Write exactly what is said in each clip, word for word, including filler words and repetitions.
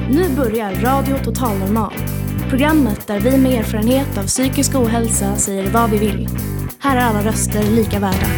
Nu börjar Radio Total Normal. Programmet där vi med erfarenhet av psykisk ohälsa säger vad vi vill. Här är alla röster lika värda.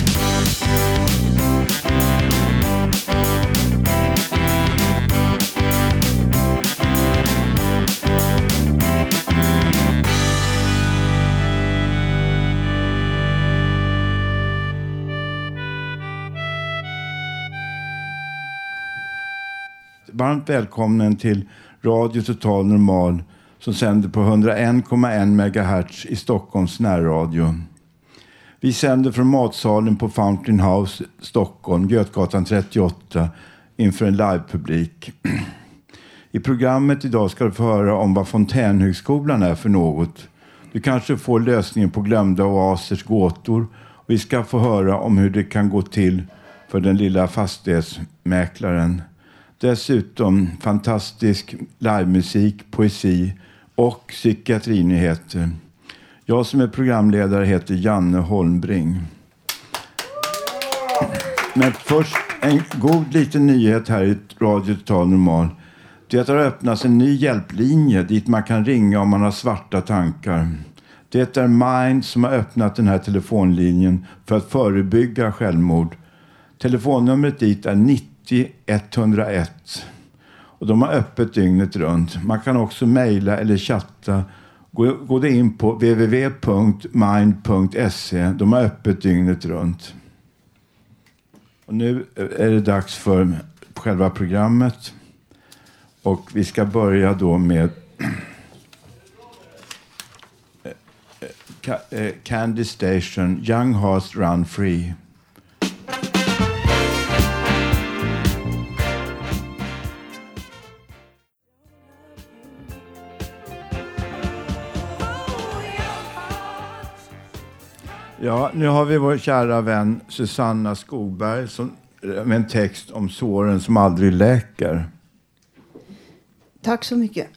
Varmt välkommen till Radio Total Normal som sänder på hundraen komma en megahertz i Stockholms närradio. Vi sänder från matsalen på Fountain House, Stockholm, Götgatan trettioåtta, inför en livepublik. I programmet idag ska du få höra om vad Fontänhögskolan är för något. Du kanske får lösningen på glömda oasers gåtor. Vi ska få höra om hur det kan gå till för den lilla fastighetsmäklaren. Dessutom fantastisk livemusik, poesi och psykiatrinyheter. Jag som är programledare heter Janne Holmbring. Men först en god liten nyhet här i Radio Total Normal. Det har öppnats en ny hjälplinje dit man kan ringa om man har svarta tankar. Det är Mind som har öppnat den här telefonlinjen för att förebygga självmord. Telefonnumret dit är nittio etthundraett och de har öppet dygnet runt. Man kan också mejla eller chatta. Gå, gå det in på w w w punkt mind punkt se. De har öppet dygnet runt. Och nu är det dags för själva programmet. Och vi ska börja då med Candy Station, Young Hearts Run Free. Ja, nu har vi vår kära vän Susanna Skogberg som, med en text om såren som aldrig läker. Tack så mycket.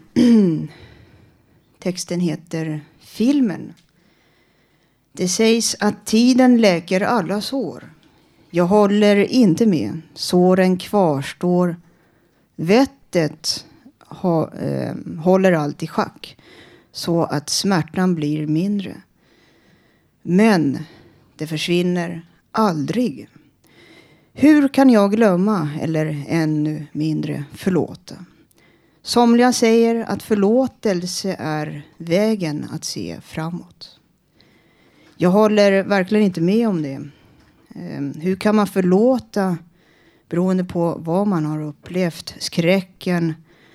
Texten heter Filmen. Det sägs att tiden läker alla sår. Jag håller inte med. Såren kvarstår. Vettet ha, eh, håller allt i schack så att smärtan blir mindre. Men det försvinner aldrig. Hur kan jag glömma eller ännu mindre förlåta? Somliga säger att förlåtelse är vägen att se framåt. Jag håller verkligen inte med om det. Hur kan man förlåta beroende på vad man har upplevt? Skräcken.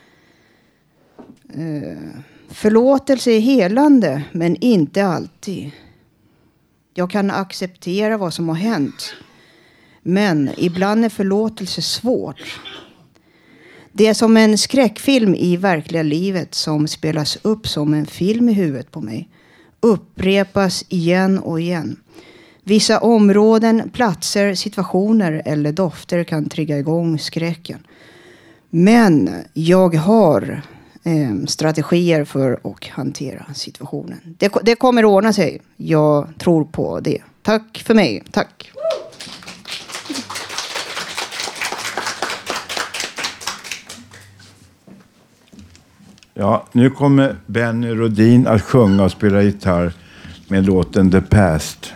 Förlåtelse är helande men inte alltid. Jag kan acceptera vad som har hänt. Men ibland är förlåtelse svårt. Det är som en skräckfilm i verkliga livet som spelas upp som en film i huvudet på mig. Upprepas igen och igen. Vissa områden, platser, situationer eller dofter kan trigga igång skräcken. Men jag har eh, strategier för att hantera situationen. Det, det kommer ordna sig. Jag tror på det. Tack för mig. Tack. Ja, nu kommer Benny Rodin att sjunga och spela gitarr med låten The Past.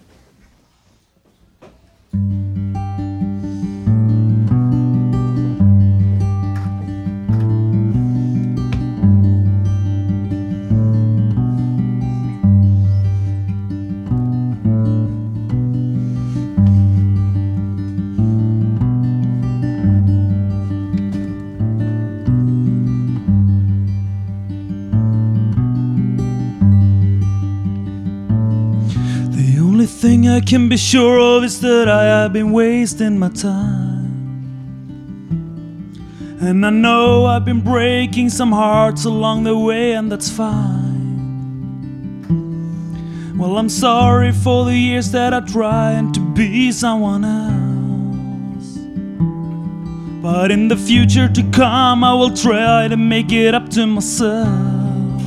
Thing I can be sure of is that I have been wasting my time. And I know I've been breaking some hearts along the way, and that's fine. Well, I'm sorry for the years that I tried to be someone else. But in the future to come, I will try to make it up to myself.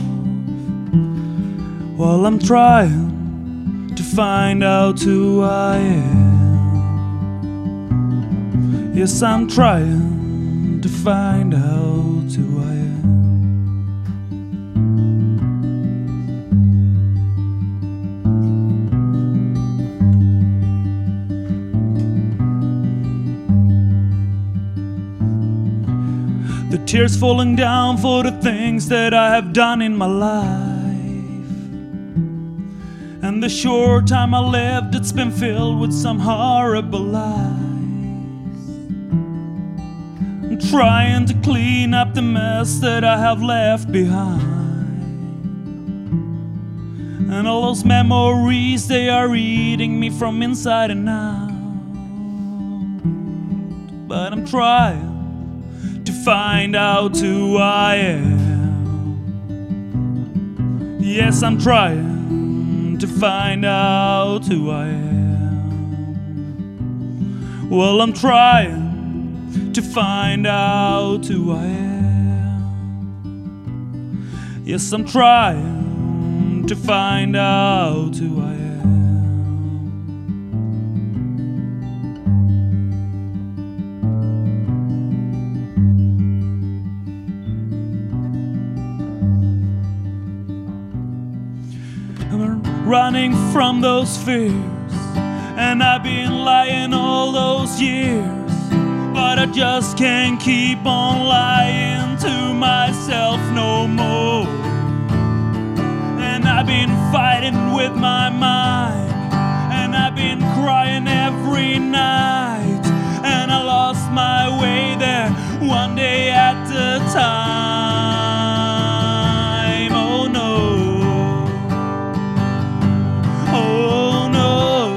Well, I'm trying to find out who I am. Yes, I'm trying to find out who I am. The tears falling down for the things that I have done in my life, and the short time I lived, it's been filled with some horrible lies. I'm trying to clean up the mess that I have left behind, and all those memories, they are eating me from inside and out. But I'm trying to find out who I am. Yes, I'm trying to find out who I am. Well, I'm trying to find out who I am. Yes, I'm trying to find out who I am. Running from those fears, and I've been lying all those years, but I just can't keep on lying to myself no more. And I've been fighting with my mind, and I've been crying every night, and I lost my way there one day at a time. Oh no. Oh no.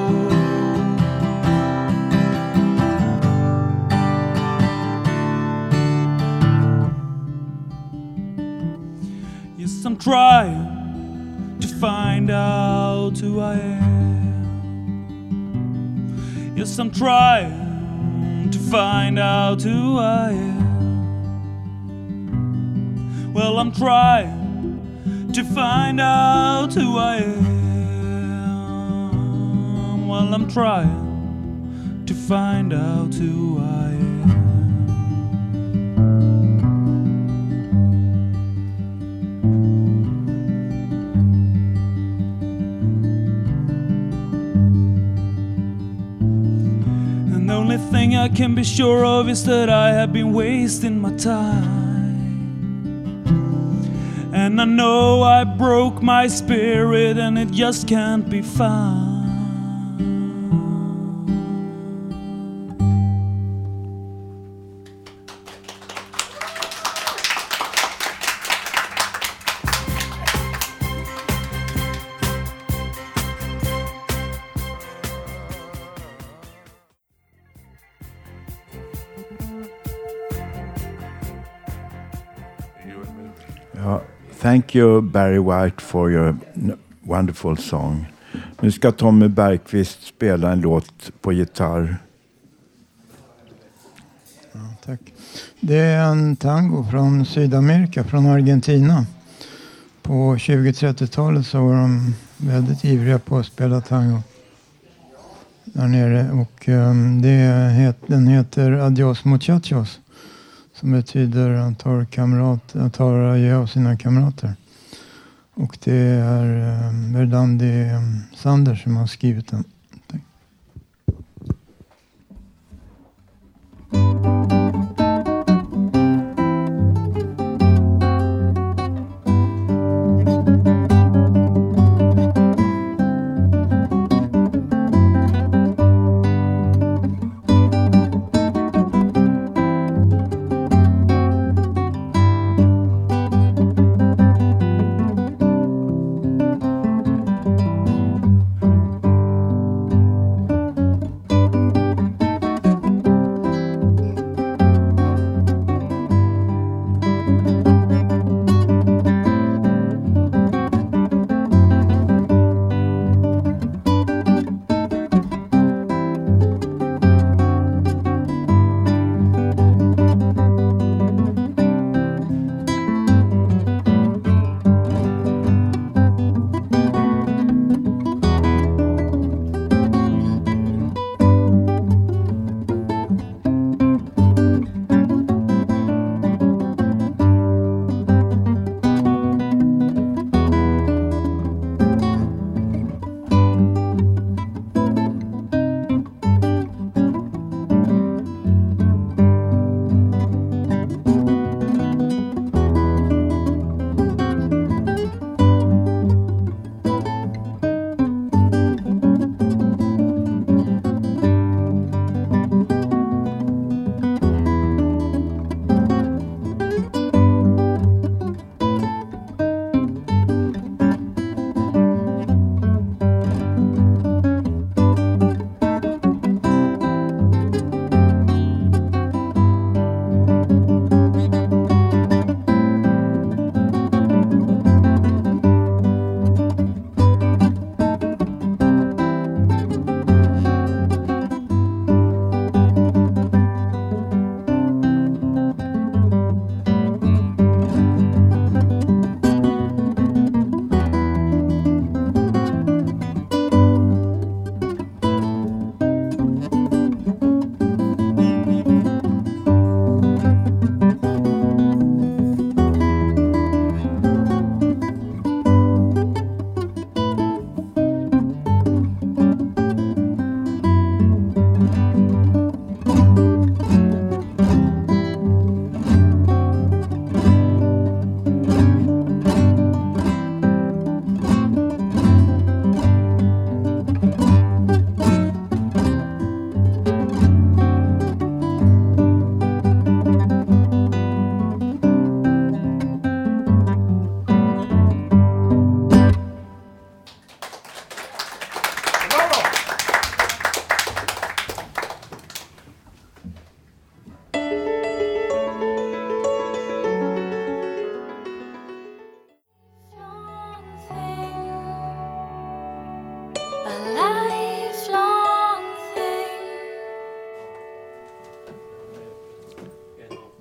Yes, I'm trying to find out who I am. Yes, I'm trying to find out who I am. Well, I'm trying to find out who I am. Well, I'm trying to find out who I am. And the only thing I can be sure of is that I have been wasting my time. And I know I broke my spirit, and it just can't be found. Ja, thank you Barry White for your wonderful song. Nu ska Tommy Bergqvist spela en låt på gitarr. Ja, tack. Det är en tango från Sydamerika, från Argentina. På tjugo-trettiotalet så var de väldigt ivriga på att spela tango där nere. Och um, det het, den heter Adios Muchachos, som betyder att han tar, kamrat, han tar adjö av sina kamrater. Och det är um, Verdandi um, Sander som har skrivit den. Tack.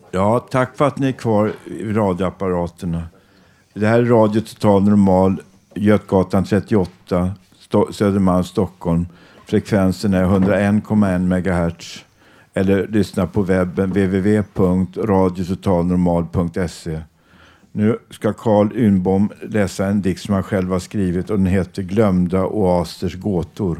Ja, tack för att ni är kvar i radioapparaterna. Det här är Radio Total Normal, Götgatan trettioåtta, Sto- Södermalm, Stockholm. Frekvensen är hundraen komma en megahertz. Eller lyssna på webben w w w punkt radio total normal punkt se. Nu ska Carl Ynbom läsa en dikt som han själv har skrivit och den heter Glömda oasters gåtor.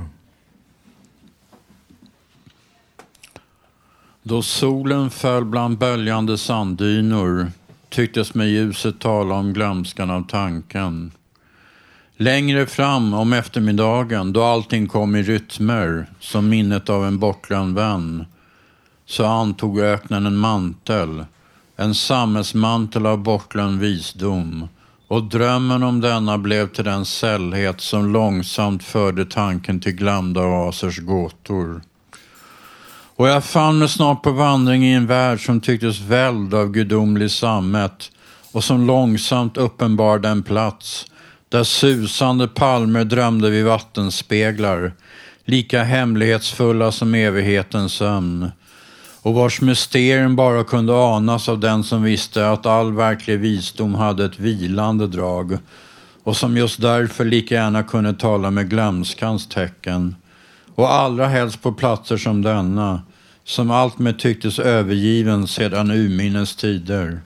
Då solen föll bland böljande sanddynor tycktes med ljuset tala om glömskan av tanken. Längre fram om eftermiddagen, då allting kom i rytmer, som minnet av en bortglömd vän, så antog öknen en mantel, en sammetsmantel av bortglömd visdom, och drömmen om denna blev till den sällhet som långsamt förde tanken till glömda oasers gåtor. Och jag fann mig snart på vandring i en värld som tycktes välld av gudomlig sammet och som långsamt uppenbarade en plats där susande palmer drömde vid vattenspeglar, lika hemlighetsfulla som evighetens sömn, och vars mysterium bara kunde anas av den som visste att all verklig visdom hade ett vilande drag och som just därför lika gärna kunde tala med glömskans tecken. Och allra helst på platser som denna, som allt med tycktes övergiven sedan urminnes tider.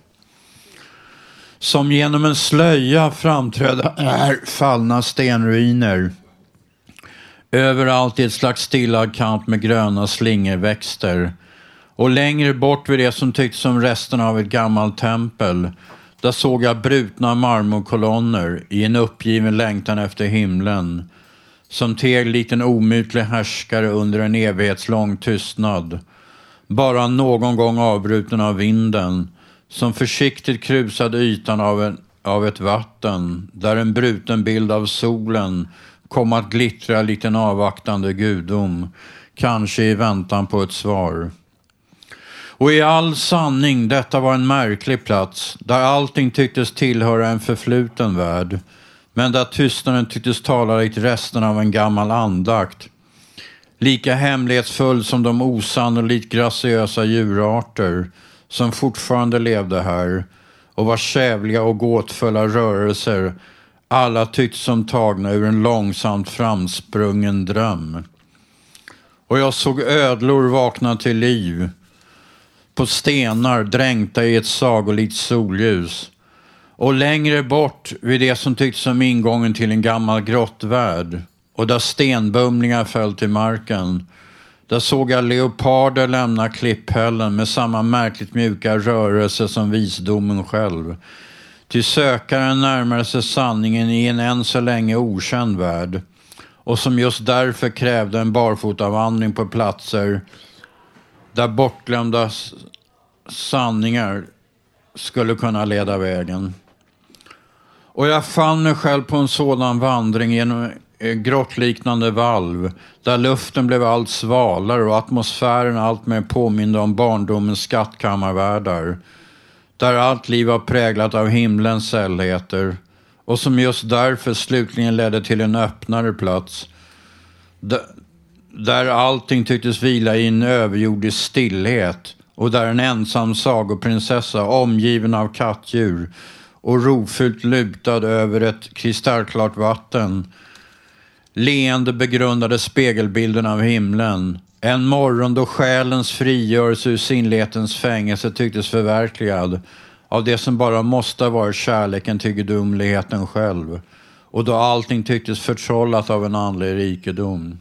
Som genom en slöja framträdde här fallna stenruiner. Överallt i ett slags stilla kant med gröna slingerväxter. Och längre bort vid det som tycktes som resten av ett gammalt tempel, där såg jag brutna marmorkolonner i en uppgiven längtan efter himlen, som teg likt en omutlig härskare under en evighetslång tystnad, bara någon gång avbruten av vinden, som försiktigt krusade ytan av, en, av ett vatten, där en bruten bild av solen kom att glittra likt en avvaktande gudom, kanske i väntan på ett svar. Och i all sanning, detta var en märklig plats, där allting tycktes tillhöra en förfluten värld, men där tystnaden tycktes tala likt resten av en gammal andakt, lika hemlighetsfull som de osannolikt graciösa djurarter som fortfarande levde här och vars kävliga och gåtfulla rörelser alla tycktes som tagna ur en långsamt framsprungen dröm. Och jag såg ödlor vakna till liv på stenar dränkta i ett sagolikt solljus. Och längre bort vid det som tycktes som ingången till en gammal grottvärld och där stenbumlingar föll till marken, där såg jag leoparder lämna klipphällen med samma märkligt mjuka rörelse som visdomen själv. Till sökaren närmade sig sanningen i en än så länge okänd värld och som just därför krävde en barfotavandring på platser där bortglömda sanningar skulle kunna leda vägen. Och jag fann mig själv på en sådan vandring genom grottliknande valv, där luften blev allt svalare och atmosfären allt mer påminde om barndomens skattkammarvärldar, där allt liv var präglat av himlens sällheter och som just därför slutligen ledde till en öppnare plats, där, där allting tycktes vila i en överjordisk stillhet och där en ensam sagoprinsessa omgiven av kattdjur och rofyllt lutad över ett kristallklart vatten leende begrundade spegelbilden av himlen. En morgon då själens frigörelse ur sinnletens fängelse tycktes förverkligad av det som bara måste vara kärleken till gudomligheten själv, och då allting tycktes förtrollat av en andlig rikedom.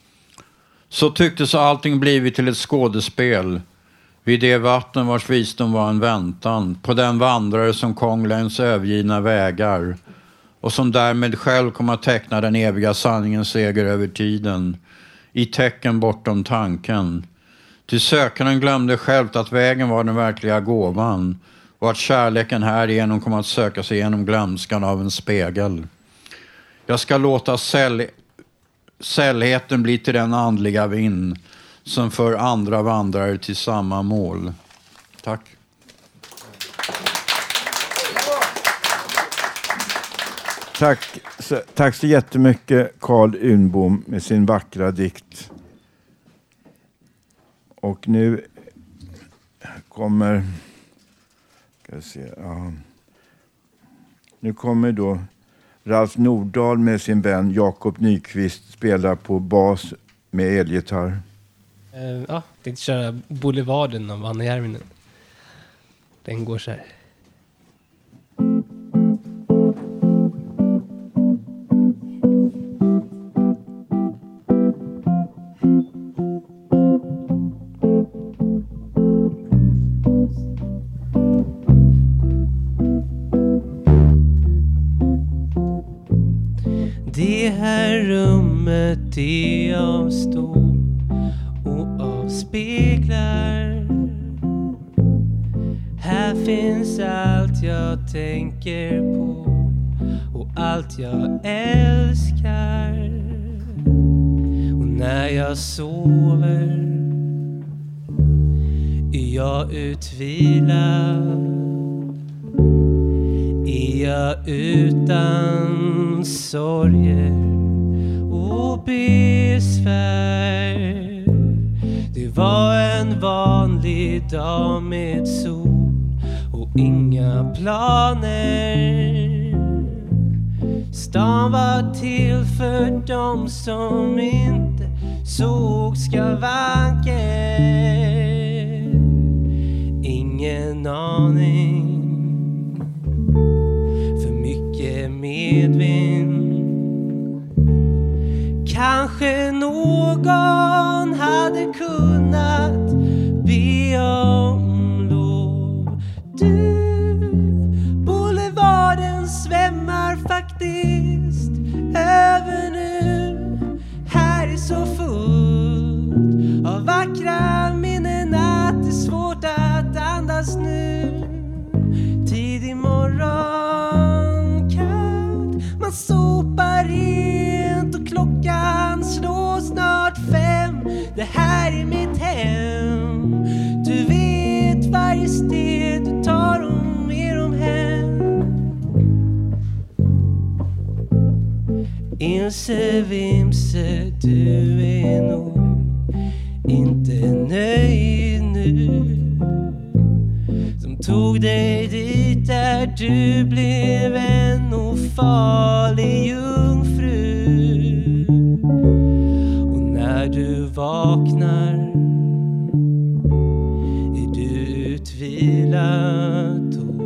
Så tycktes allting blivit till ett skådespel vid det vatten vars visdom var en väntan på den vandrare som kom längs övergivna vägar och som därmed själv kom att teckna den eviga sanningens seger över tiden i tecken bortom tanken. Till sökaren glömde självt att vägen var den verkliga gåvan och att kärleken härigenom kom att söka sig genom glömskan av en spegel. Jag ska låta säll, sällheten bli till den andliga vind som för andra vandrare till samma mål. Tack. Tack så, tack så jättemycket Carl Ynbom med sin vackra dikt. Och nu kommer Ska jag se. Ja. Nu kommer då Ralf Nordahl med sin vän Jakob Nyqvist spela på bas med elgitarr. Uh, ja, jag tänkte köra Boulevarden av Anna Järvinen. Den går så här. Det här rummet är av stål och av speglar. Här finns allt jag tänker på och allt jag älskar. Och när jag sover är jag utvilad. Är jag utan sorger och besvär. Det var en vanlig dag med sol och inga planer. Stan var till för dem som inte såg skavanker. Ingen aning. För mycket medvind. Kanske någon hade kunnat be om lov. Du, boulevarden svämmar faktiskt över nu. Här är så fullt av vackra minnen att det är svårt att andas nu. Tidig morgon, kallt, man sopar rent och klockan slår snart fem. Det här är mitt hem. Du vet varje steg du tar om mer om hem. Inse vimse, du är nog inte nöjd nu. Som tog dig dit där du blev en ofarlig jungfru. Och när du vaknar är du utvilad då.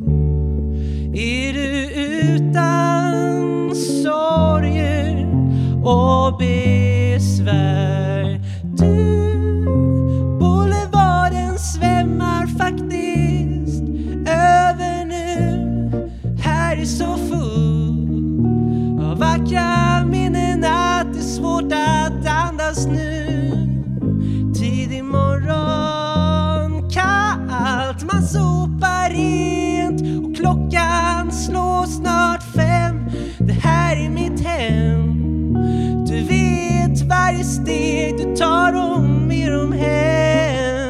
Är du utan sorger och besvär. Du, boulevarden svämmar faktiskt över nu. Här är så full av vackra minnen att det är svårt att andas nu. Tidig morgon, kallt, man sopar rent och klockan slår snart fem. Det här är mitt hem. Du vet varje steg du tar om mer om hem.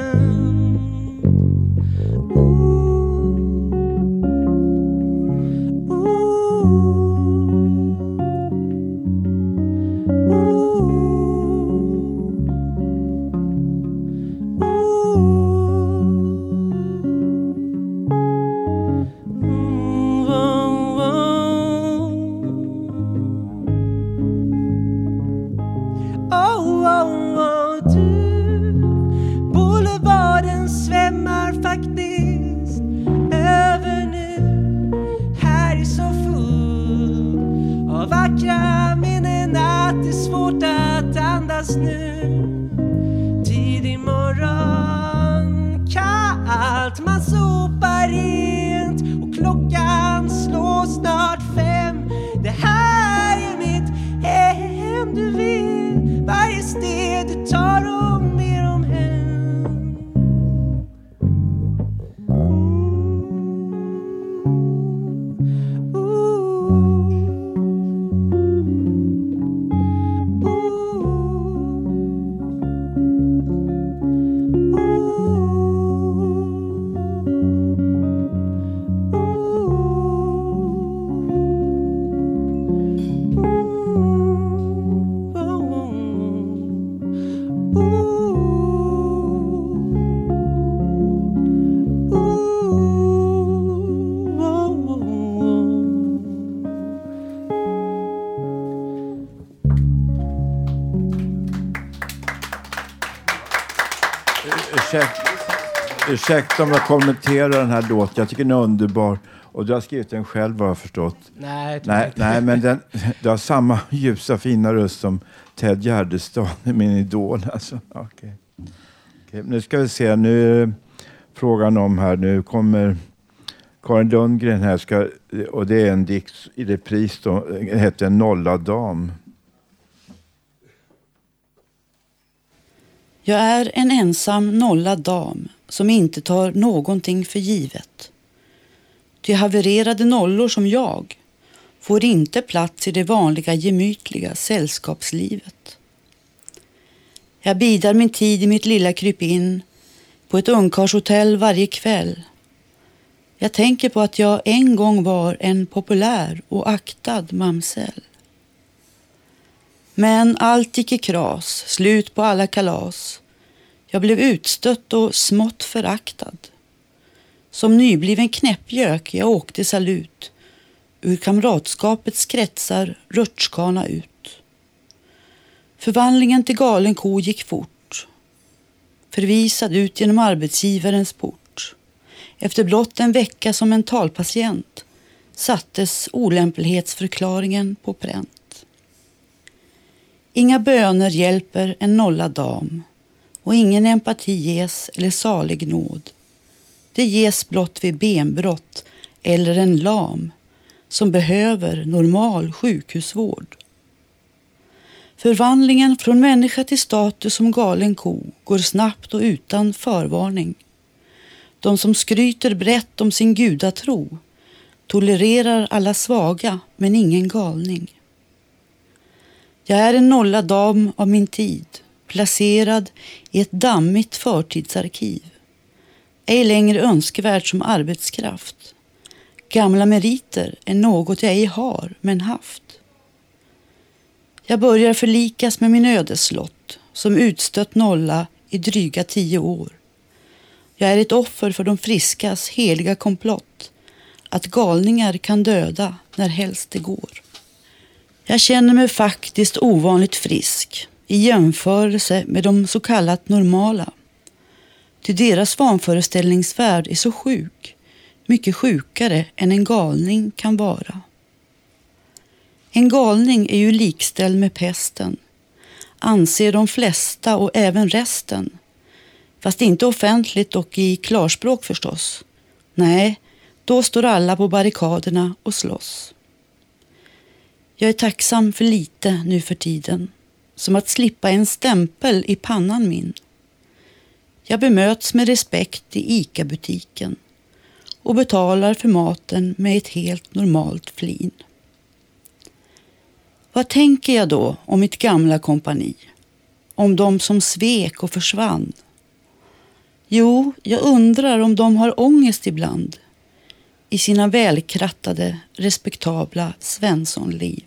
Nu. Tidig morgon, kallt, man sopar rent och klockan slår snart fem. Det här är mitt hem, du vet varje steg du tar om mer om hem. ursäkta, ursäkta om jag kommenterar den här låten. Jag tycker den är underbar. Och du har skrivit den själv, vad jag har förstått. Nej, nej, nej, men den, du har samma ljusa, fina röst som Ted Gärdestad, min idol. Alltså. Okay. Okay, nu ska vi se, nu är frågan om här, nu kommer Karin Lundgren här, ska, och det är en dikt i repris då, den heter En nollad dam. Jag är en ensam nollad dam som inte tar någonting för givet. De havererade nollor som jag får inte plats i det vanliga gemytliga sällskapslivet. Jag bidar min tid i mitt lilla krypin på ett ungkarlshotell varje kväll. Jag tänker på att jag en gång var en populär och aktad mamsell. Men allt gick i kras, slut på alla kalas. Jag blev utstött och smått föraktad. Som nybliven knäppjök jag åkte salut. Ur kamratskapets kretsar rutschkana ut. Förvandlingen till galen ko gick fort. Förvisad ut genom arbetsgivarens port. Efter blott en vecka som mentalpatient sattes olämplighetsförklaringen på pränt. Inga böner hjälper en nollad dam och ingen empati ges eller salig nåd. Det ges blott vid benbrott eller en lam som behöver normal sjukhusvård. Förvandlingen från människa till status som galen ko går snabbt och utan förvarning. De som skryter brett om sin gudatro tolererar alla svaga men ingen galning. Jag är en nollad dam av min tid, placerad i ett dammigt förtidsarkiv. Ej längre önskvärd som arbetskraft. Gamla meriter är något jag ej har men haft. Jag börjar förlikas med min ödeslott som utstött nolla i dryga tio år. Jag är ett offer för de friskas heliga komplott. Att galningar kan döda när helst det går. Jag känner mig faktiskt ovanligt frisk i jämförelse med de så kallat normala. Ty deras vanföreställningsvärld är så sjuk, mycket sjukare än en galning kan vara. En galning är ju likställd med pesten, anser de flesta och även resten. Fast inte offentligt och i klarspråk förstås. Nej, då står alla på barrikaderna och slåss. Jag är tacksam för lite nu för tiden, som att slippa en stämpel i pannan min. Jag bemöts med respekt i ICA-butiken och betalar för maten med ett helt normalt flin. Vad tänker jag då om mitt gamla kompani? Om de som svek och försvann? Jo, jag undrar om de har ångest ibland i sina välkrattade, respektabla Svenssonliv.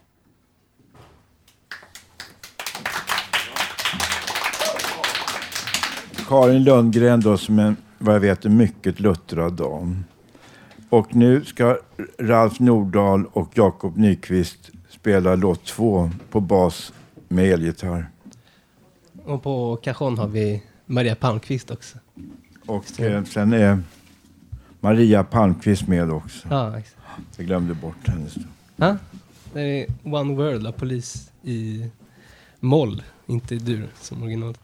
Karin Lundgren då, som en, vad jag vet, en mycket luttrad dam. Och nu ska Ralf Nordahl och Jakob Nyqvist spela låt två på bas med elgitarr. Och på cajon har vi Maria Palmqvist också. Och eh, sen är Maria Palmqvist med också. Ja, exakt. Jag glömde bort hennes. Ja, det är One World av Polis i moll, inte i dur som originalet.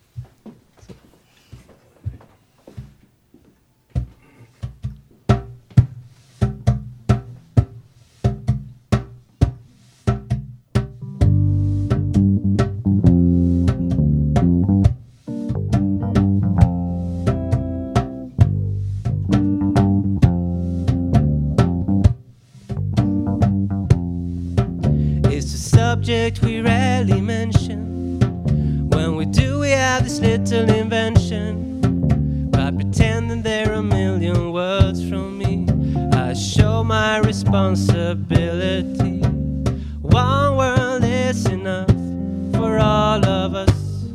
Subject we rarely mention. When we do, we have this little invention. By pretending there are a million words from me, I show my responsibility. One world is enough for all of us.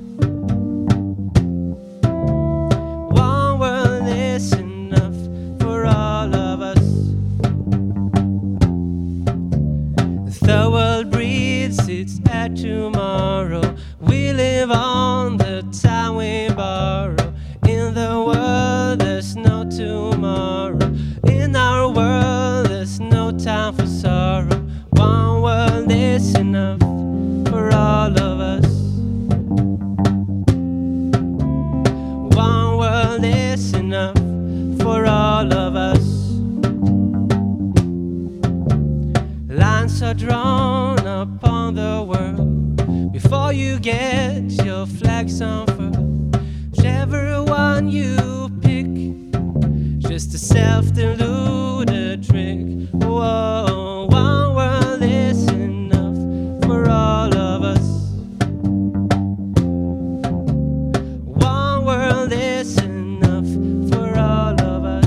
One world is enough for all of us. The world breathes its air tomorrow. We live on the time we borrow. are drawn upon the world before you get your flags unfurled. Whichever one you pick, just a self-deluded trick. Whoa, one world is enough for all of us. One world is enough for all of us.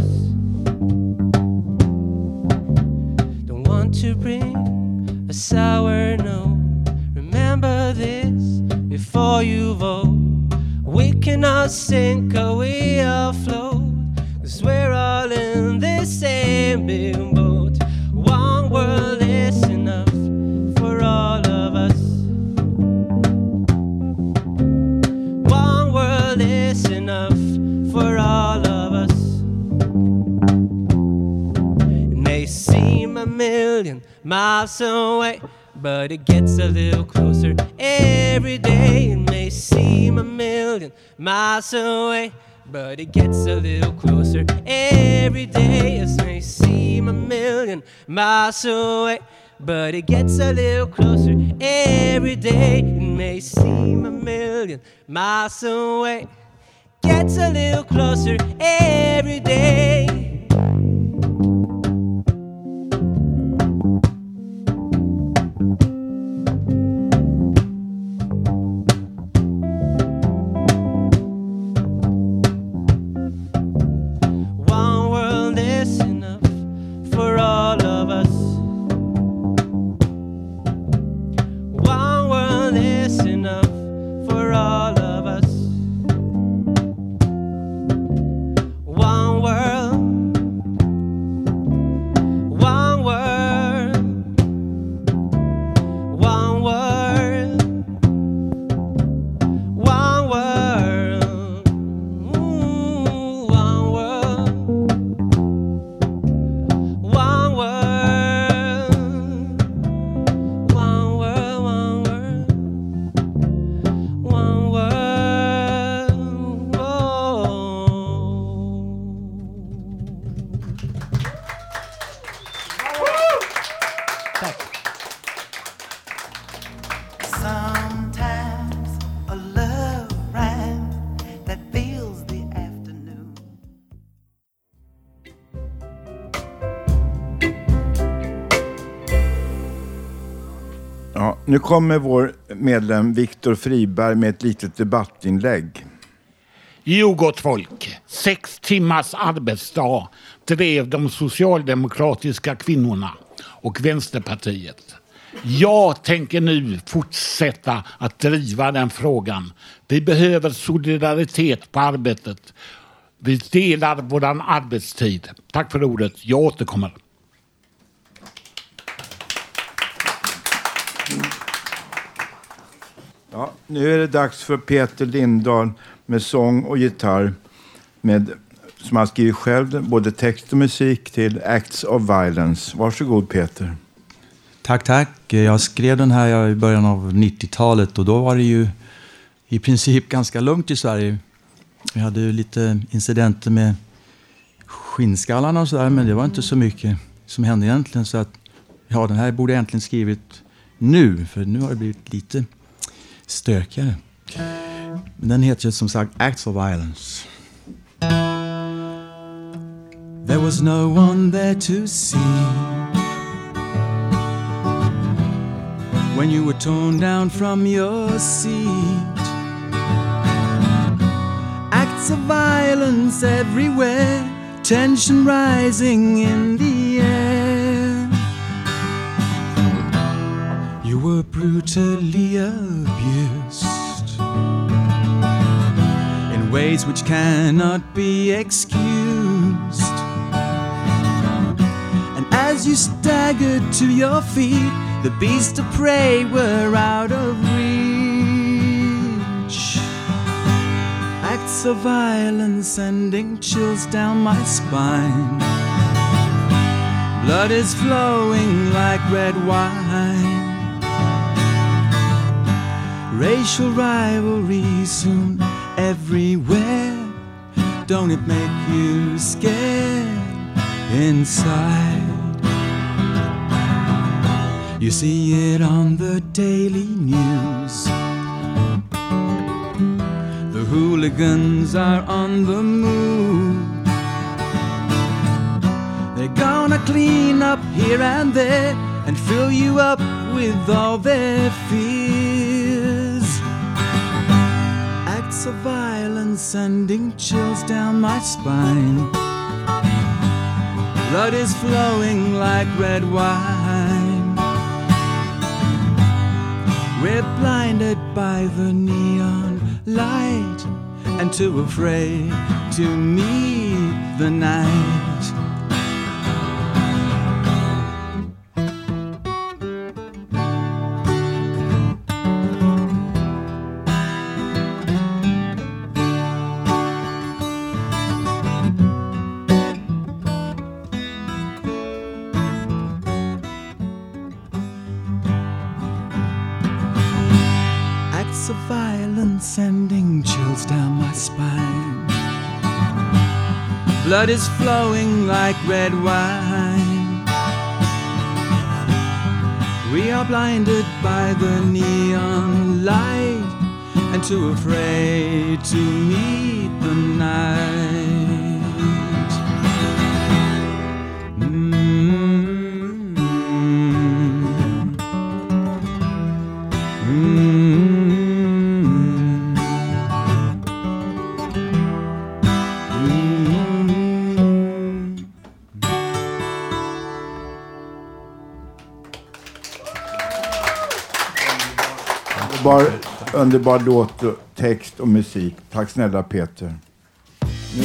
Don't want to bring a sour note. Remember this before you vote. We cannot sink or we afloat, 'cause we're all in the same big boat. One world is enough for all of us. One world is enough for all of us. It may seem a million miles away, but it gets a little closer every day. It may seem a million miles away, but it gets a little closer every day. It may seem a million miles away, but it gets a little closer every day. It may seem a million miles away, gets a little closer every day. Nu kommer vår medlem Viktor Friberg med ett litet debattinlägg. Jo, gott folk. Sex timmars arbetsdag drev de socialdemokratiska kvinnorna och Vänsterpartiet. Jag tänker nu fortsätta att driva den frågan. Vi behöver solidaritet på arbetet. Vi delar våran arbetstid. Tack för ordet. Jag återkommer. Ja, nu är det dags för Peter Lindahl med sång och gitarr med, som han skrivit själv, både text och musik till Acts of Violence. Varsågod Peter. Tack, tack. Jag skrev den här i början av nittiotalet och då var det ju i princip ganska lugnt i Sverige. Vi hade ju lite incidenter med skinnskallarna och sådär, men det var inte så mycket som hände egentligen. Så att, ja, den här borde jag egentligen skrivit nu, för nu har det blivit lite stökigare. Den heter som sagt Acts of Violence. There was no one there to see when you were torn down from your seat. Acts of violence everywhere, tension rising in the air. You were brutally abused in ways which cannot be excused. And as you staggered to your feet, the beasts of prey were out of reach. Acts of violence sending chills down my spine. Blood is flowing like red wine. Racial rivalry soon everywhere. Don't it make you scared inside? You see it on the daily news. The hooligans are on the move. They're gonna clean up here and there and fill you up with all their fears. Acts of violence sending chills down my spine. Blood is flowing like red wine. We're blinded by the neon light and too afraid to meet the night. Of violence sending chills down my spine. Blood is flowing like red wine. We are blinded by the neon light and too afraid to meet the night. Mm-hmm. Mm-hmm. Underbar, underbar låt, text och musik. Tack snälla Peter. Nu.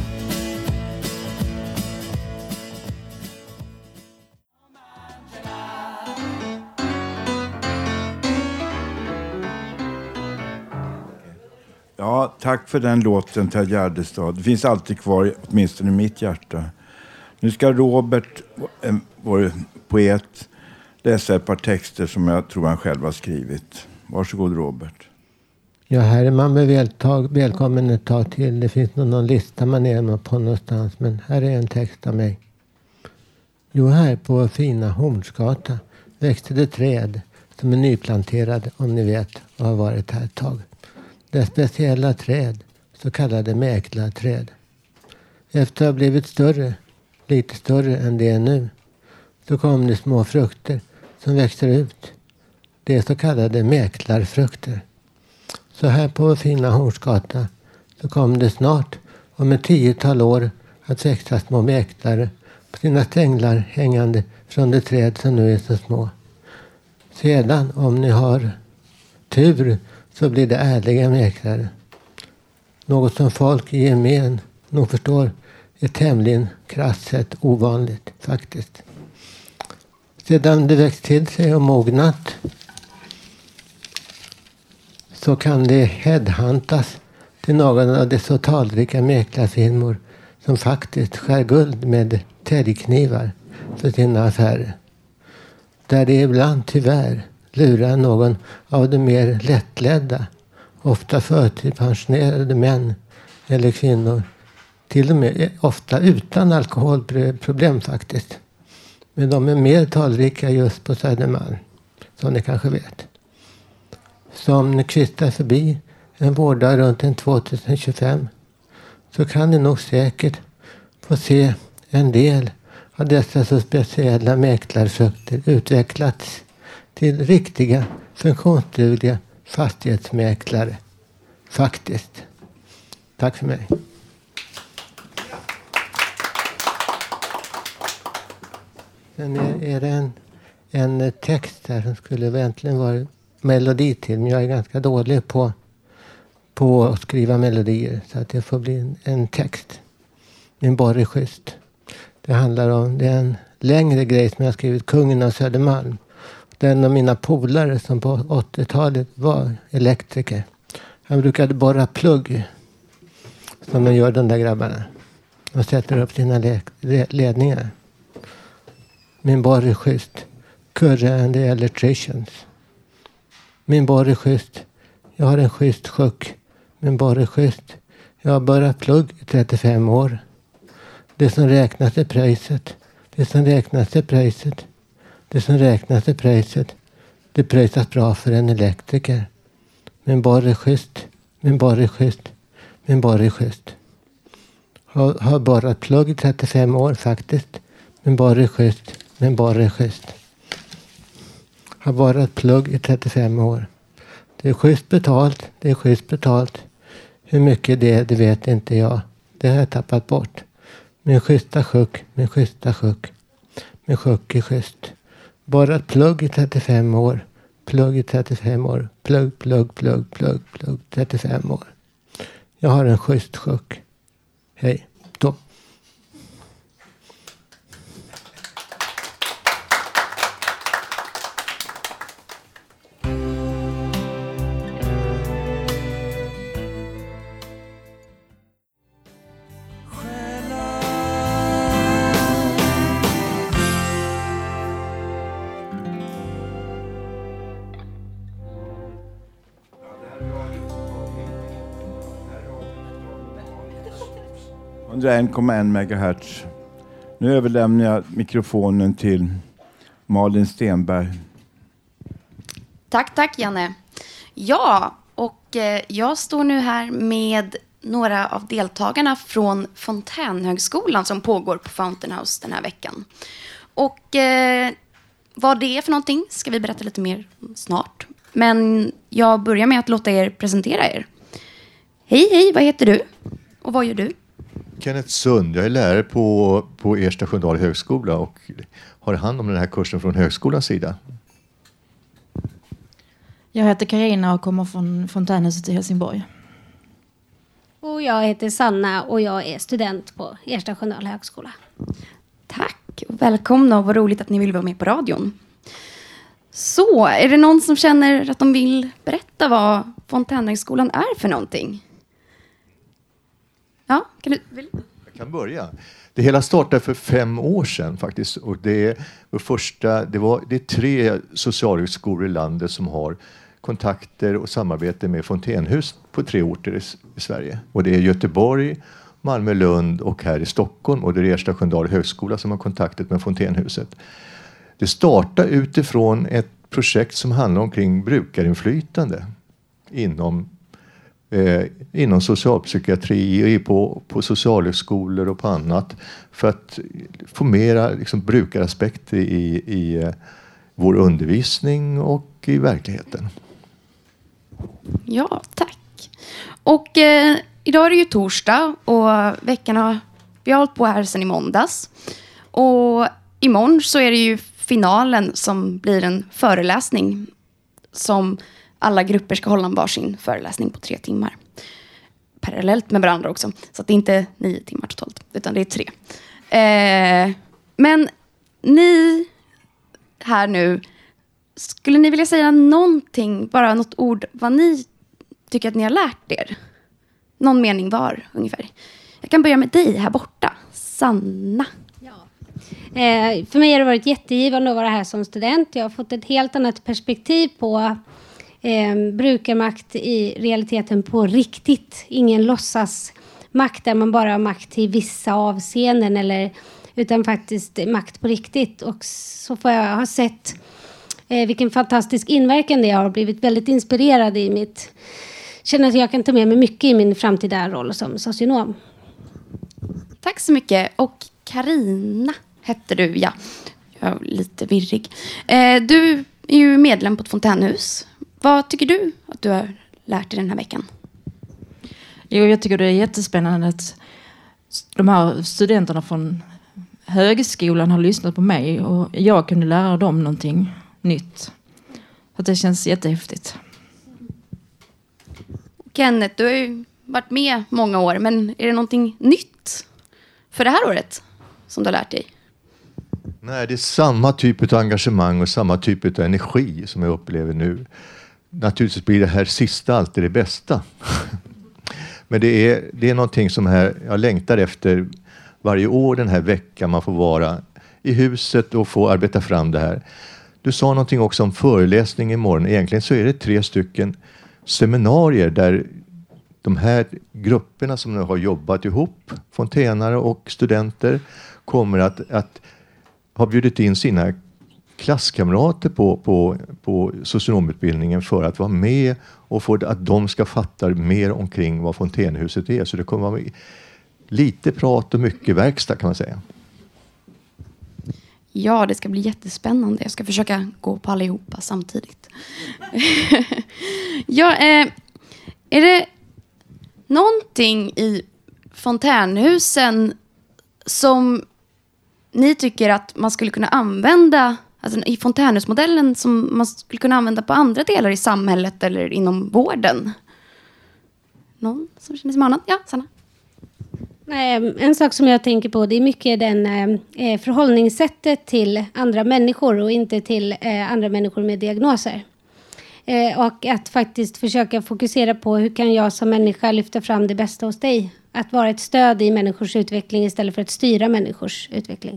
Ja, tack för den låten, Ted Gärdestad. Det finns alltid kvar, åtminstone i mitt hjärta. Nu ska Robert, vår poet, läsa ett par texter som jag tror han själv har skrivit. Varsågod Robert. Ja, här är man väl vältag, välkommen ett tag till. Det finns nog någon lista man är på någonstans. Men här är en text av mig. Jo, här på fina Hornsgata växte det träd som är nyplanterade, om ni vet, och har varit här ett tag. Det är speciella träd, så kallade mäklarträd. Efter att ha blivit större, lite större än det är nu, så kom det små frukter som växer ut. Det är så kallade mäklarfrukter. Så här på fina Hornsgata så kom det snart om ett tiotal år att växa små mäklare på sina stänglar hängande från det träd som nu är så små. Sedan, om ni har tur, så blir det ärliga mäklare. Något som folk i gemen nog förstår är tämligen krasst sett ovanligt faktiskt. Sedan det växt till sig och mognat så kan det headhuntas till någon av de så talrika mäklarfirmor som faktiskt skär guld med täljknivar för sina affärer. Där det ibland tyvärr lurar någon av de mer lättledda, ofta förtidspensionerade män eller kvinnor, till och med ofta utan alkoholproblem faktiskt. Men de är mer talrika just på Södermalm, som ni kanske vet. Som ni kvittar förbi en vårdare runt en tjugohundratjugofem så kan ni nog säkert få se en del av dessa så speciella mäklarfrukter utvecklats till riktiga funktionsdugliga fastighetsmäklare. Faktiskt. Tack för mig. Sen är det en, en text här som skulle egentligen vara melodi till. Men jag är ganska dålig på, på att skriva melodier. Så att det får bli en, en text. Min borr är schysst. Det handlar om, det är en längre grej som jag har skrivit, Kungen av Södermalm. Det är en av mina polare som på åttiotalet var elektriker. Han brukade borra plugg. Som de gör, de där grabbarna. Och sätter upp sina le- ledningar. Min borr är schysst. Kurre and the electricians. Min borr är schysst. Jag har en schysst sjuck. Min borr är schysst. Jag har bara plugg i trettiofem år. Det som räknas är priset. Det som räknas är priset. Det som räknas är priset. Det prisas bra för en elektriker. Men bara är schysst. Men bara är schysst. Men bara är schysst. Har, har bara ett plugg i trettiofem år faktiskt. Men bara är schysst. Men bara är schysst. Har bara ett plugg i trettiofem år. Det är schysst betalt. Det är schysst betalt. Hur mycket det är, det vet inte jag. Det har jag tappat bort. Min schyssta sjuk. Min schyssta sjuk. Min sjuk är schysst. Bara ett plugg i trettiofem år. Plugg i trettiofem år. Plugg, plugg, plugg, plugg, plugg. trettiofem år. Jag har en schysst sjuk. Hej. Då. hundraen komma en megahertz. Nu överlämnar jag mikrofonen till Malin Stenberg. Tack, tack Janne. Ja, och eh, jag står nu här med några av deltagarna från Fontänhögskolan som pågår på Fountain House den här veckan. Och eh, vad det är för någonting ska vi berätta lite mer snart. Men jag börjar med att låta er presentera er. Hej, hej, vad heter du? Och vad gör du? Kenneth Sund, jag är lärare på, på Ersta Sköndal högskola och har hand om den här kursen från högskolans sida. Jag heter Karina och kommer från Fontänhuset i Helsingborg. Och jag heter Sanna och jag är student på Ersta Sköndal högskola. Tack och välkomna och vad roligt att ni vill vara med på radion. Så, är det någon som känner att de vill berätta vad Fontänhögskolan är för någonting? Ja, kan du... Vill... Jag kan börja. Det hela startade för fem år sedan faktiskt. Och det är, vår första, det var, det är tre socialhögskolor i landet som har kontakter och samarbete med Fontänhus på tre orter i, i Sverige. Och det är Göteborg, Malmö, Lund och här i Stockholm. Och det är Ersta Sköndal högskola som har kontaktet med Fontänhuset. Det startar utifrån ett projekt som handlar omkring brukarinflytande inom Eh, inom socialpsykiatri och på, på socialhögskolor och på annat för att få mera liksom, brukaraspekter i, i eh, vår undervisning och i verkligheten. Ja, tack. Och eh, idag är det ju torsdag och veckan har vi har hållit på här sedan i måndags. Och imorgon så är det ju finalen som blir en föreläsning som alla grupper ska hålla en varsin föreläsning på tre timmar. Parallellt med varandra också. Så att det är inte nio timmar totalt, utan det är tre. Eh, men ni här nu, skulle ni vilja säga någonting, bara något ord, vad ni tycker att ni har lärt er? Någon mening var ungefär. Jag kan börja med dig här borta, Sanna. Eh, för mig har det varit jättegivande att vara här som student. Jag har fått ett helt annat perspektiv på Eh, brukarmakt i realiteten på riktigt. Ingen låtsas makt där man bara har makt i vissa avseenden eller, utan faktiskt makt på riktigt. Och så får jag ha sett eh, vilken fantastisk inverkan det har. Blivit väldigt inspirerad i mitt... Känner att jag kan ta med mig mycket i min framtida roll som socionom. Tack så mycket. Och Karina hette du, ja. Jag är lite virrig. Eh, du är ju medlem på ett fontänhus. Vad tycker du att du har lärt dig den här veckan? Jo, jag tycker det är jättespännande att de här studenterna från högskolan har lyssnat på mig och jag kunde lära dem någonting nytt. Så det känns jättehäftigt. Kenneth, du har ju varit med många år, men är det någonting nytt för det här året som du har lärt dig? Nej, det är samma typ av engagemang och samma typ av energi som jag upplever nu. Naturligtvis blir det här sista alltid det bästa. Men det är, det är någonting som här, jag längtar efter varje år den här veckan man får vara i huset och få arbeta fram det här. Du sa någonting också om föreläsning imorgon. Egentligen så är det tre stycken seminarier där de här grupperna som nu har jobbat ihop, fontänare och studenter, kommer att, att ha bjudit in sina klasskamrater på, på, på socionomutbildningen för att vara med och få att de ska fatta mer omkring vad Fontänhuset är. Så det kommer vara lite prat och mycket verkstad kan man säga. Ja, det ska bli jättespännande. Jag ska försöka gå på allihopa samtidigt. Ja, eh, är det någonting i fontänhusen som ni tycker att man skulle kunna använda, alltså i fontänhusmodellen, som man skulle kunna använda på andra delar i samhället eller inom vården? Någon som känner sig manad? Ja, Sanna. En sak som jag tänker på, det är mycket den eh, förhållningssättet till andra människor och inte till eh, andra människor med diagnoser. Eh, och att faktiskt försöka fokusera på hur kan jag som människa lyfta fram det bästa hos dig. Att vara ett stöd i människors utveckling istället för att styra människors utveckling.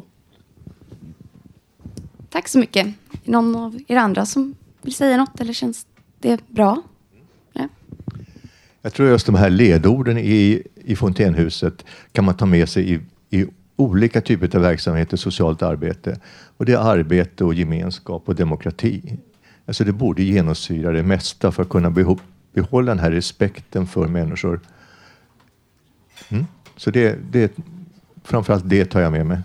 Tack så mycket. Någon av er andra som vill säga något eller känns det bra? Ja. Jag tror just de här ledorden i, i Fontänhuset kan man ta med sig i, i olika typer av verksamheter, socialt arbete. Och det är arbete och gemenskap och demokrati. Alltså det borde genomsyra det mesta för att kunna beho- behålla den här respekten för människor. Mm. Så det, det, framförallt det tar jag med mig.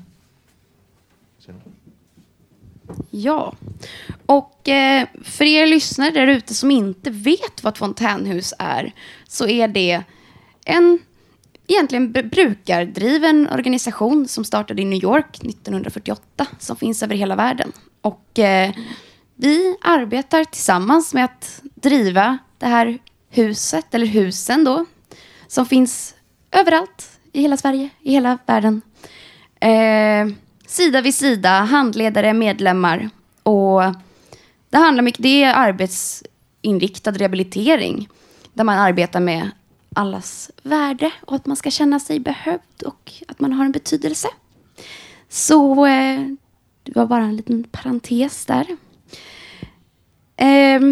Ja, och eh, för er lyssnare där ute som inte vet vad ett fontänhus är, så är det en egentligen brukardriven organisation som startade i New York nittonhundrafyrtioåtta, som finns över hela världen. Och eh, vi arbetar tillsammans med att driva det här huset, eller husen då, som finns överallt i hela Sverige, i hela världen. Eh, sida vid sida, handledare, medlemmar. Och det handlar mycket, det är arbetsinriktad rehabilitering. Där man arbetar med allas värde och att man ska känna sig behövd och att man har en betydelse. Så eh, det var bara en liten parentes där. Eh,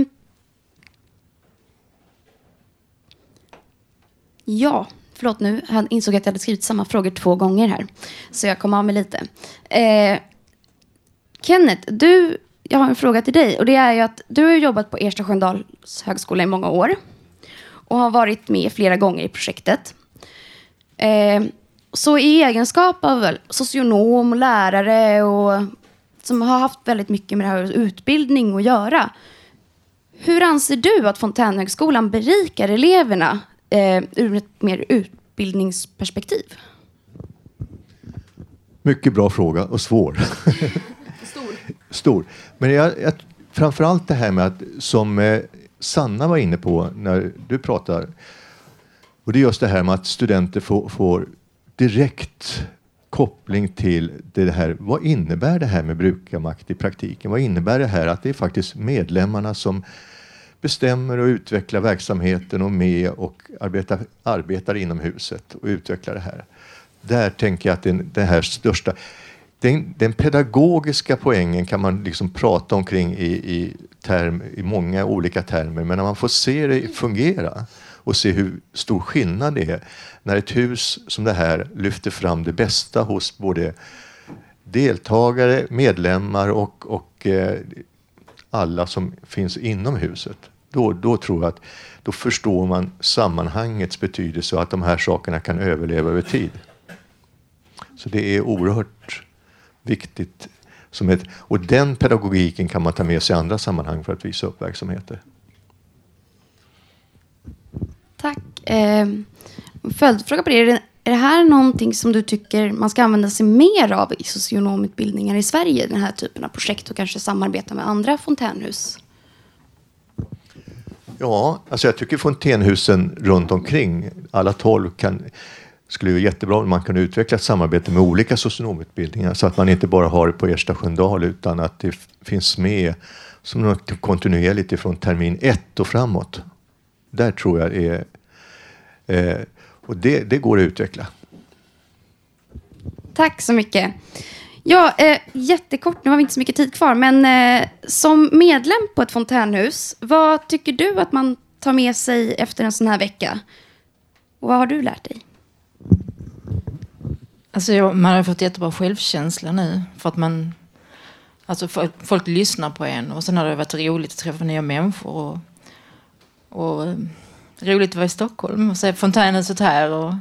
ja, förlåt nu. Jag insåg att jag hade skrivit samma frågor två gånger här. Så jag kom av mig lite. Eh, Kenneth, du, jag har en fråga till dig. Och det är ju att du har jobbat på Ersta Sköndals högskola i många år. Och har varit med flera gånger i projektet. Eh, så i egenskap av socionom och lärare och som har haft väldigt mycket med det här utbildning att göra. Hur anser du att Fontänhögskolan berikar eleverna eh, ur ett mer utbildningsperspektiv? Mycket bra fråga och svår. Stor. Stor. Men jag, jag, framförallt det här med att, som eh, Sanna var inne på när du pratar, och det är just det här med att studenter får, får direkt koppling till det här. Vad innebär det här med brukarmakt i praktiken? Vad innebär det här att det är faktiskt medlemmarna som bestämmer och utvecklar verksamheten och med och arbetar, arbetar inom huset och utvecklar det här. Där tänker jag att den, den här största, den, den pedagogiska poängen kan man liksom prata omkring i, i, term, i många olika termer, men när man får se det fungera och se hur stor skillnad det är när ett hus som det här lyfter fram det bästa hos både deltagare, medlemmar och, och eh, alla som finns inom huset. Då, då tror jag att då förstår man sammanhangets betydelse och att de här sakerna kan överleva över tid. Så det är oerhört viktigt. Som ett, och den pedagogiken kan man ta med sig i andra sammanhang för att visa upp verksamheter. Tack. Eh, följdfråga på det. Är, det. är det här någonting som du tycker man ska använda sig mer av i socionomutbildningar i Sverige? Den här typen av projekt och kanske samarbeta med andra fontänhus? Ja, alltså jag tycker fontänhusen runt omkring, alla tolv, kan, skulle vara jättebra om man kunde utveckla ett samarbete med olika socionomutbildningar så att man inte bara har det på Ersta Sköndal utan att det finns med som något kontinuerligt ifrån termin ett och framåt. Där tror jag är... Eh, och det, det går att utveckla. Tack så mycket. Ja, eh, jättekort, nu har vi inte så mycket tid kvar, men eh, som medlem på ett fontänhus, vad tycker du att man tar med sig efter en sån här vecka? Och vad har du lärt dig? Alltså jag, man har fått jättebra självkänsla nu för att man, Alltså folk, folk lyssnar på en och sen har det varit roligt att träffa nya människor och, och eh, roligt att vara i Stockholm och se fontänhuset här och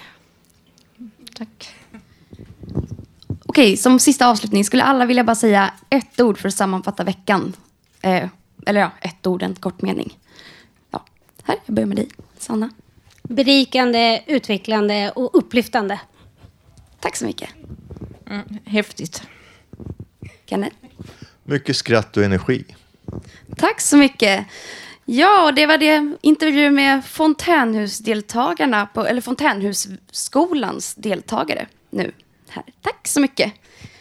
tack. Okej, som sista avslutning skulle alla vilja bara säga ett ord för att sammanfatta veckan. Eh, eller ja, ett ord, en kort mening. Ja, här, jag börjar med dig, Sanna. Berikande, utvecklande och upplyftande. Tack så mycket. Mm, häftigt. Kenneth? Mycket skratt och energi. Tack så mycket. Ja, det var det intervju med Fontänhusdeltagarna på, eller Fontänhusskolans deltagare nu här. Tack så mycket.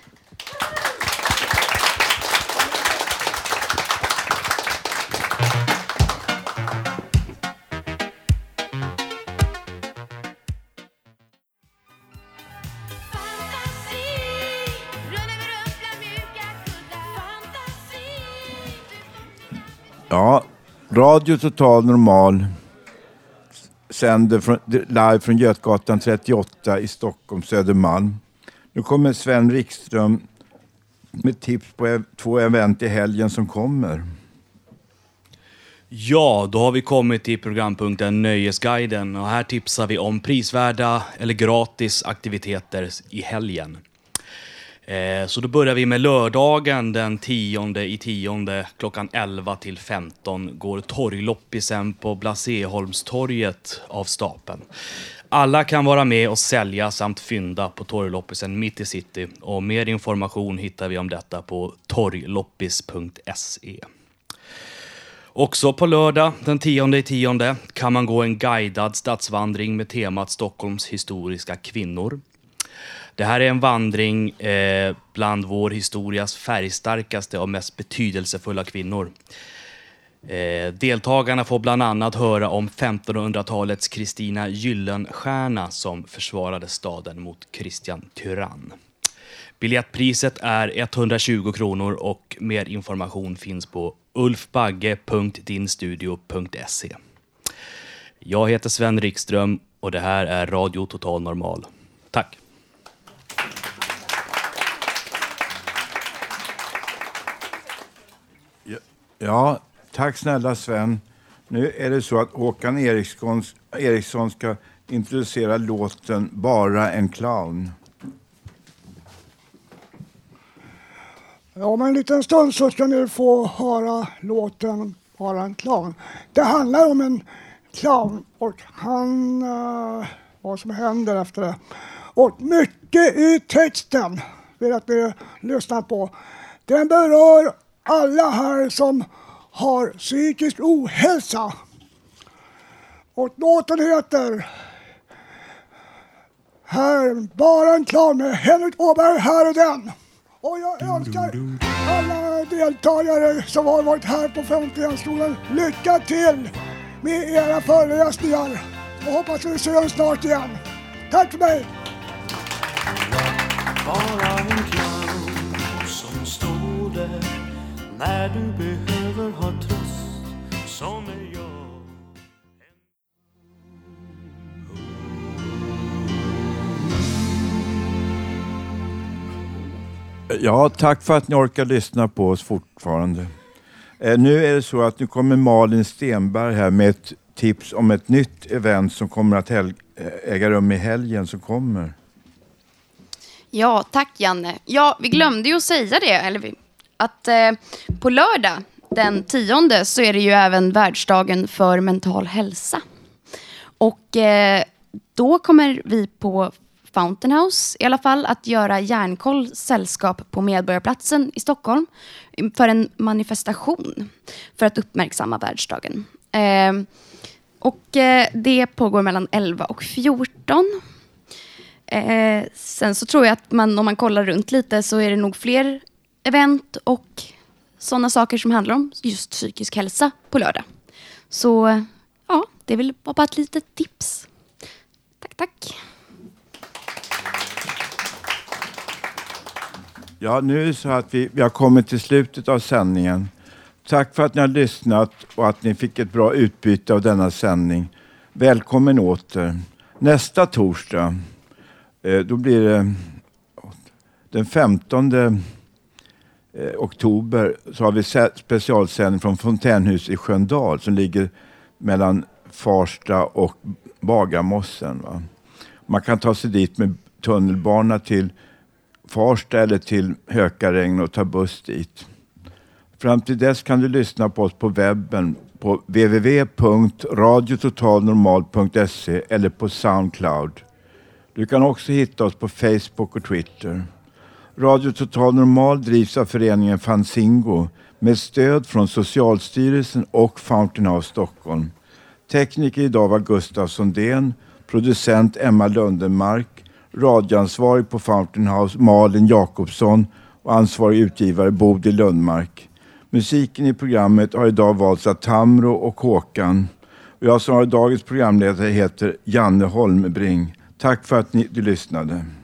Ja, Radio Total Normal sänder från, live från Götgatan trettioåtta i Stockholm, Södermalm. Nu kommer Sven Rikström med tips på ev- två event i helgen som kommer. Ja, då har vi kommit till programpunkten Nöjesguiden och här tipsar vi om prisvärda eller gratis aktiviteter i helgen. Eh, så då börjar vi med lördagen den tionde i tionde klockan elva till femton går torgloppisen på Blasieholmstorget av stapeln. Alla kan vara med och sälja samt fynda på torgloppisen mitt i city och mer information hittar vi om detta på torgloppis punkt se. Också på lördag den tionde i tionde kan man gå en guidad stadsvandring med temat Stockholms historiska kvinnor. Det här är en vandring eh, bland vår historias färgstarkaste och mest betydelsefulla kvinnor. Eh, deltagarna får bland annat höra om femtonhundratalets Kristina Gyllenstierna som försvarade staden mot Kristian Tyrann. Biljettpriset är etthundratjugo kronor och mer information finns på ulfbagge punkt dinstudio punkt se. Jag heter Sven Rikström och det här är Radio Total Normal. Tack! Ja, tack snälla Sven. Nu är det så att Håkan Eriksson, Eriksson ska introducera låten Bara en clown. Ja, om en liten stund så ska ni få höra låten Bara en clown. Det handlar om en clown och han, uh, vad som händer efter det. Och mycket i texten vill att ni lyssnar på. Den berör alla här som har psykisk ohälsa. Och låten heter Här, Bara en clown med Henrik Åberg, här är den. Och jag önskar alla deltagare som har varit här på Fontänskolan lycka till med era föreläsningar. Och hoppas vi ser snart igen. Tack för mig! Bara en clown som står där när du behöver ha tröst som är jag. Ja, tack för att ni orkar lyssna på oss fortfarande. Eh, nu är det så att nu kommer Malin Stenberg här med ett tips om ett nytt event som kommer att hel- äga rum i helgen som kommer. Ja, tack Janne. Ja, vi glömde ju att säga det, eller vi, att eh, på lördag den tionde så är det ju även världsdagen för mental hälsa. Och eh, då kommer vi på Fountain House i alla fall att göra Järnkoll sällskap på Medborgarplatsen i Stockholm för en manifestation för att uppmärksamma världsdagen. Eh, och eh, det pågår mellan elva och fjorton. Eh, sen så tror jag att man, om man kollar runt lite så är det nog fler event och sådana saker som handlar om just psykisk hälsa på lördag. Så ja, det vill vara bara ett litet tips. Tack, tack. Ja, nu är det så att vi, vi har kommit till slutet av sändningen. Tack för att ni har lyssnat och att ni fick ett bra utbyte av denna sändning. Välkommen åter. Nästa torsdag, eh, då blir det den femtonde eh, oktober så har vi specialsändning från Fontänhus i Sköndal som ligger mellan Farsta och Bagarmossen. Va? Man kan ta sig dit med tunnelbana till Farsta eller till Hökaregn och ta buss dit. Fram till dess kan du lyssna på oss på webben på w w w punkt radio total normal punkt se eller på Soundcloud. Du kan också hitta oss på Facebook och Twitter. Radio Total Normal drivs av föreningen Fanzingo med stöd från Socialstyrelsen och Fountain House Stockholm. Tekniker idag var Gustav Sondén, producent Emma Lundenmark, radioansvarig på Fountain House Malin Jakobsson och ansvarig utgivare Bodil Lundmark. Musiken i programmet har idag valts av Tamro och Håkan. Och jag som har dagens programledare heter Janne Holmbring. Tack för att ni, du lyssnade.